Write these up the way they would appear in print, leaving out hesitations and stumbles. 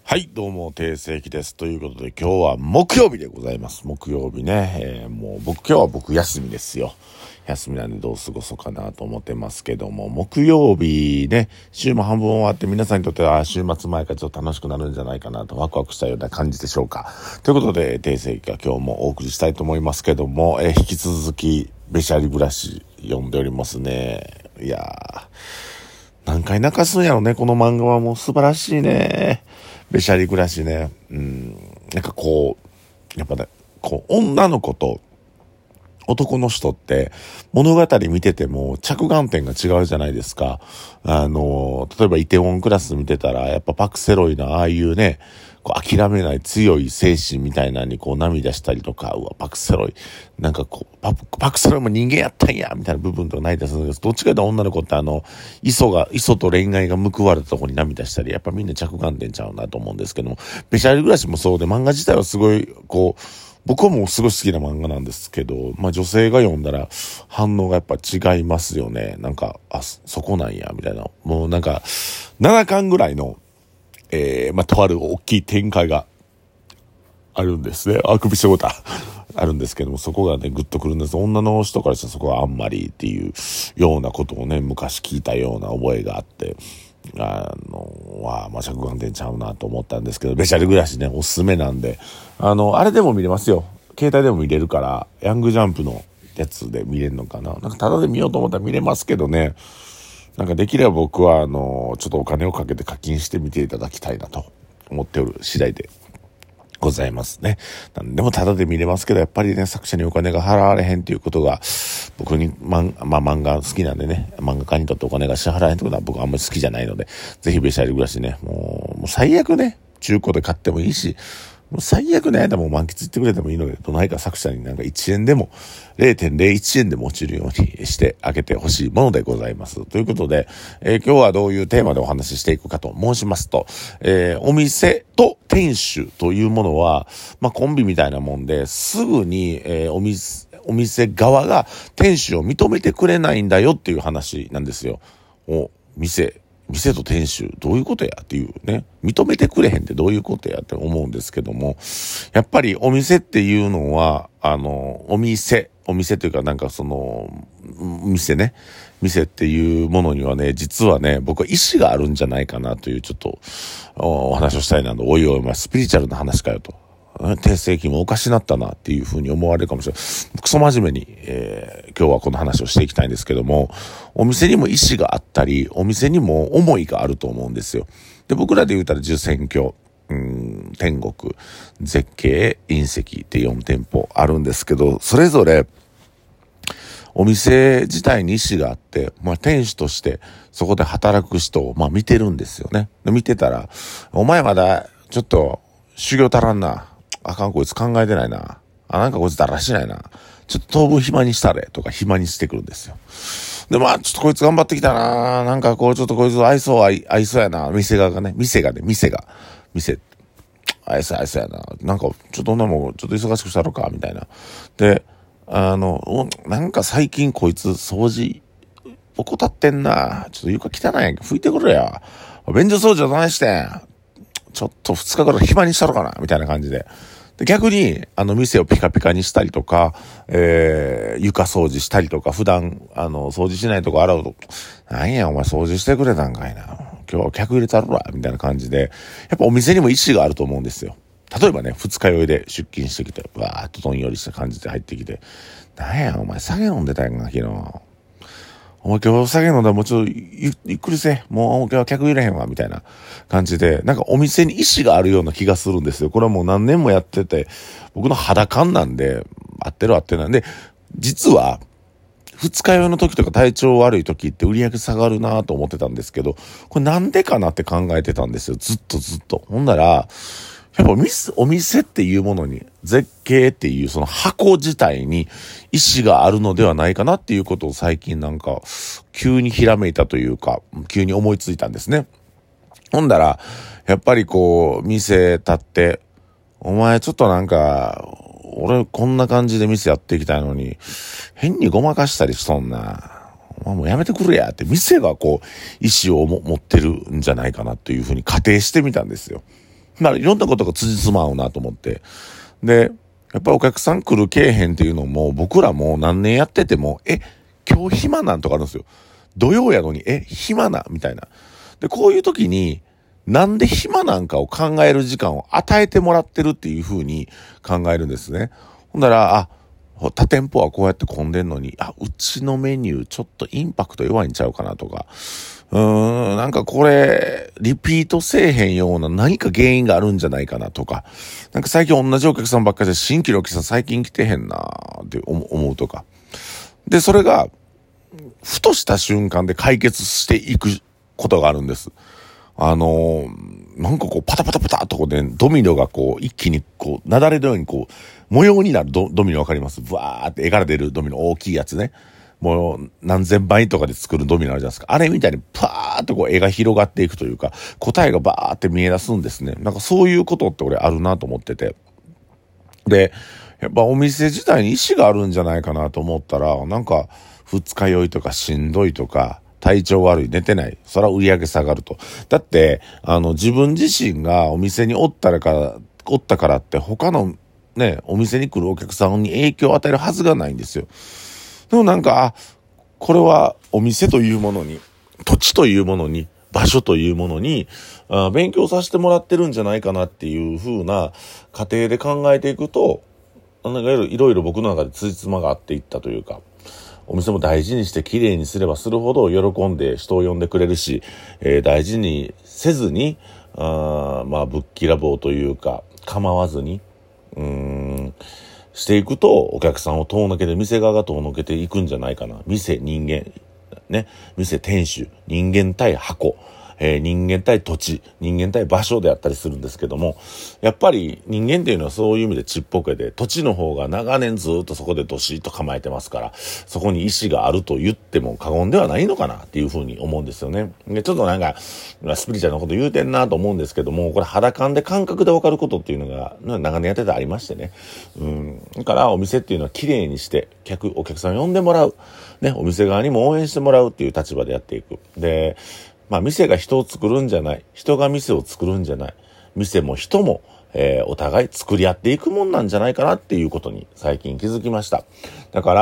はい、どうも、定世紀です。ということで、今日は木曜日でございます。木曜日ね、今日は僕休みですよ。休みなんでどう過ごそうかなと思ってますけども、木曜日ね、週も半分終わって皆さんにとっては週末前からちょっと楽しくなるんじゃないかなとワクワクしたような感じでしょうか。ということで、定世紀が今日もお送りしたいと思いますけども、引き続き、べしゃり暮らし読んでおりますね。いやー、何回泣かすんやろね、この漫画はもう素晴らしいね。べしゃり暮らしね。なんかこう、やっぱね、こう、女の子と男の人って物語見てても着眼点が違うじゃないですか。例えばイテウォンクラス見てたら、やっぱパクセロイのああいうね、こう諦めない強い精神みたいなのにこう涙したりとか、うわ、パクセロイ、なんかこう、パクセロイも人間やったんやみたいな部分とか泣いたりするんですけど、どっちかというと女の子って磯と恋愛が報われたところに涙したり、やっぱみんな着眼点ちゃうなと思うんですけども、べしゃり暮らしもそうで、漫画自体はすごい、こう、僕はもうすごい好きな漫画なんですけど、まあ女性が読んだら反応がやっぱ違いますよね。なんか、そこなんや、みたいな。もうなんか、7巻ぐらいの、とある大きい展開があるんですね。あくびしてもた。あるんですけども、そこがね、グッとくるんです。女の人からしたらそこはあんまりっていうようなことをね、昔聞いたような覚えがあって、まあ、着眼点ちゃうなと思ったんですけど、べしゃり暮らしね、おすすめなんで、あれでも見れますよ。携帯でも見れるから、ヤングジャンプのやつで見れるのかな。なんかただで見ようと思ったら見れますけどね、なんかできれば僕は、ちょっとお金をかけて課金して見ていただきたいなと思っておる次第でございますね。なんでもただで見れますけど、やっぱりね、作者にお金が払われへんっていうことが、僕に、漫画好きなんでね、漫画家にとってお金が支払われへんってことは僕はあんまり好きじゃないので、ぜひべしゃり暮らしね、もう最悪ね、中古で買ってもいいし、もう最悪ね、でも満喫ってくれてもいいので、どないか作者になんか1円でも、0.01 円でも落ちるようにしてあげてほしいものでございます。ということで、今日はどういうテーマでお話ししていくかと申しますと、お店と店主というものは、まあ、コンビみたいなもんで、すぐに、お店側が店主を認めてくれないんだよっていう話なんですよ。店と店主、どういうことやっていうね。認めてくれへんってどういうことやって思うんですけども、やっぱりお店っていうのは、お店というかなんか店っていうものにはね、実はね、僕は意志があるんじゃないかなというちょっとお話をしたいなと、おいおい、まあ、スピリチュアルな話かよと。定世紀もおかしなったなっていうふうに思われるかもしれない。クソ真面目に、今日はこの話をしていきたいんですけども、お店にも意志があったり、お店にも思いがあると思うんですよ。で、僕らで言うたら十選挙、天国、絶景、隕石って4店舗あるんですけど、それぞれ、お店自体に意志があって、まあ店主としてそこで働く人をまあ見てるんですよね。で見てたら、お前まだちょっと修行足らんな。あかんこいつ考えてないな。なんかこいつだらしないな。ちょっと当分暇にしたれとか暇にしてくるんですよ。で、まあちょっとこいつ頑張ってきたな。なんかこうちょっとこいつ愛想やな。店が。愛想やな。なんかちょっと女もちょっと忙しくしたろか、みたいな。で、なんか最近こいつ掃除、怠ってんな。ちょっと床汚いやんけ。拭いてくれや。便所掃除はどないしてん。ちょっと2日から暇にしたろかな。みたいな感じで。で逆に、店をピカピカにしたりとか、床掃除したりとか、普段、掃除しないとこ洗うと、なんや、お前掃除してくれたんかいな。今日は客入れたるわ、みたいな感じで、やっぱお店にも意思があると思うんですよ。例えばね、二日酔いで出勤してきて、わーっとどんよりした感じで入ってきて、なんや、お前酒飲んでたやんか、昨日。お前今日酒飲んだらもうちょっとゆっくりせ。もう今日は客入れへんわ、みたいな感じで、なんかお店に意志があるような気がするんですよ。これはもう何年もやってて、僕の肌感なんで、合ってるなんで、実は、二日酔いの時とか体調悪い時って売り上げ下がるなと思ってたんですけど、これなんでかなって考えてたんですよ。ずっと。ほんなら、やっぱお店っていうものに、絶景っていうその箱自体に意志があるのではないかなっていうことを最近なんか、急にひらめいたというか、急に思いついたんですね。ほんだら、やっぱりこう、店立って、お前ちょっとなんか、俺こんな感じで店やっていきたいのに、変にごまかしたりしとんな。お前もうやめてくれやって、店がこう、意志を持ってるんじゃないかなというふうに仮定してみたんですよ。 まあいろんなことが辻褄合うなと思って。で、やっぱりお客さん来るけえへんっていうのも、僕らも何年やってても、今日暇なんとかあるんですよ。土曜やのに、暇なみたいな。で、こういう時に、なんで暇なんかを考える時間を与えてもらってるっていう風に考えるんですね。ほんなら、他店舗はこうやって混んでんのに、うちのメニューちょっとインパクト弱いんちゃうかなとか、なんかこれ、リピートせえへんような何か原因があるんじゃないかなとか、なんか最近同じお客さんばっかりで新規のお客さん最近来てへんなって思うとか。で、それが、ふとした瞬間で解決していくことがあるんです。なんかこうパタパタパタっとこうね、ドミノがこう一気にこう、雪崩のようにこう、模様になるドミノわかります？ブワーって絵から出るドミノ、大きいやつね。もう何千倍とかで作るドミノあるじゃないですか。あれみたいにパーっとこう絵が広がっていくというか、答えがバーって見え出すんですね。なんかそういうことって俺あるなと思ってて。で、やっぱお店自体に意思があるんじゃないかなと思ったら、なんか二日酔いとかしんどいとか、体調悪い、寝てない。そら売り上げ下がると。だって、自分自身がお店におったからって他のね、お店に来るお客さんに影響を与えるはずがないんですよ。でもなんか、これはお店というものに、土地というものに、場所というものに、勉強させてもらってるんじゃないかなっていう風な過程で考えていくと、なんかいろいろ僕の中で辻褄が合っていったというか、お店も大事にして綺麗にすればするほど喜んで人を呼んでくれるし、大事にせずに、ぶっきらぼうというか、構わずに、していくと、お客さんを遠のけて、店側が遠のけていくんじゃないかな。店、人間、ね。店、店主、人間対箱。人間対土地、人間対場所であったりするんですけども、やっぱり人間っていうのはそういう意味でちっぽけで、土地の方が長年ずっとそこでどしっと構えてますから、そこに意志があると言っても過言ではないのかなっていうふうに思うんですよね。で、ちょっとなんか、スピリチュアルなこと言うてんなと思うんですけども、これ肌感で感覚でわかることっていうのが、長年やっててありましてね。だからお店っていうのは綺麗にして、お客さん呼んでもらう。ね、お店側にも応援してもらうっていう立場でやっていく。で、店が人を作るんじゃない。人が店を作るんじゃない。店も人も、お互い作り合っていくもんなんじゃないかなっていうことに最近気づきました。だから、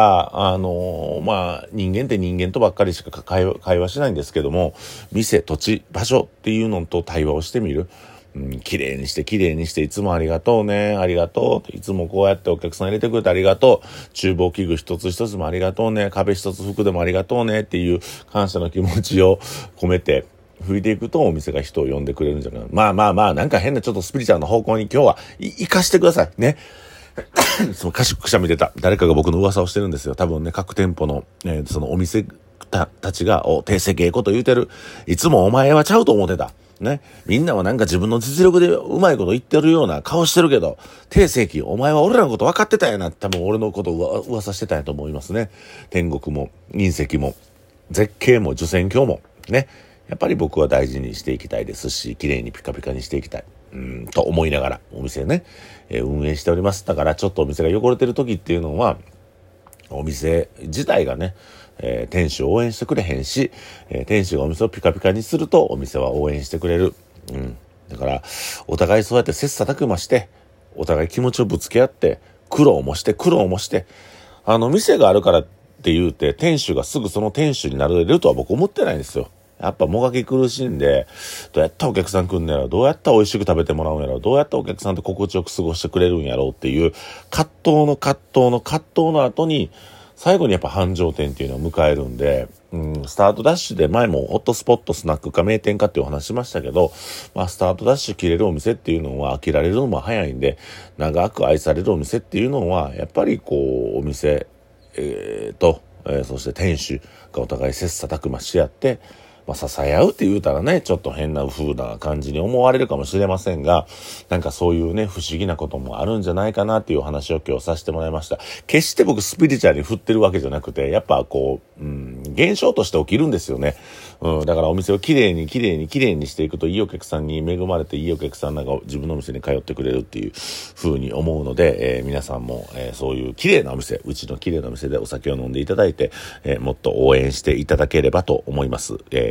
人間って人間とばっかりしか会話しないんですけども、店、土地、場所っていうのと対話をしてみる。綺麗にしていつもありがとうね、ありがとう。いつもこうやってお客さん入れてくれてありがとう。厨房器具一つ一つもありがとうね、壁一つ服でもありがとうねっていう感謝の気持ちを込めて吹いていくとお店が人を呼んでくれるんじゃないかな。なんか変なちょっとスピリチュアルな方向に今日は生かしてくださいね。そのかしゃみ出た。誰かが僕の噂をしてるんですよ。多分ね、各店舗の、そのお店たちが、定石ええこと言うてる。いつもお前はちゃうと思ってた。ね。みんなはなんか自分の実力でうまいこと言ってるような顔してるけど、定石、お前は俺らのこと分かってたやな。多分俺のことを噂してたんやと思いますね。天国も、隕石も、絶景も、受選鏡も、ね。やっぱり僕は大事にしていきたいですし、綺麗にピカピカにしていきたい。と思いながらお店ね、運営しております。だからちょっとお店が汚れてる時っていうのは、お店自体がね、店主を応援してくれへんし、店主がお店をピカピカにするとお店は応援してくれる。だからお互いそうやって切磋琢磨して、お互い気持ちをぶつけ合って、苦労もして、店があるからって言うて店主がすぐその店主になれるとは僕思ってないんですよ。やっぱもがき苦しんで、どうやったらお客さん来んのやろ、どうやったら美味しく食べてもらうんやろ、どうやったらお客さんと心地よく過ごしてくれるんやろうっていう葛藤の後に、最後にやっぱ繁盛店っていうのを迎えるんで、スタートダッシュで前もホットスポットスナックか名店かっていうお話しましたけど、スタートダッシュ切れるお店っていうのは飽きられるのも早いんで、長く愛されるお店っていうのは、やっぱりこう、お店、そして店主がお互い切磋琢磨し合って、支え合うって言うたらね、ちょっと変な風な感じに思われるかもしれませんが、なんかそういうね、不思議なこともあるんじゃないかなっていうお話を今日させてもらいました。決して僕スピリチュアルに振ってるわけじゃなくて、やっぱこう、現象として起きるんですよね。だからお店をきれいにしていくと、いいお客さんに恵まれて、いいお客さんなんか自分のお店に通ってくれるっていう風に思うので、皆さんも、そういう綺麗なお店、うちの綺麗なお店でお酒を飲んでいただいて、もっと応援していただければと思います。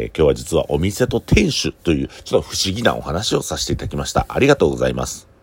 今日は実はお店と店主というちょっと不思議なお話をさせていただきました。ありがとうございます。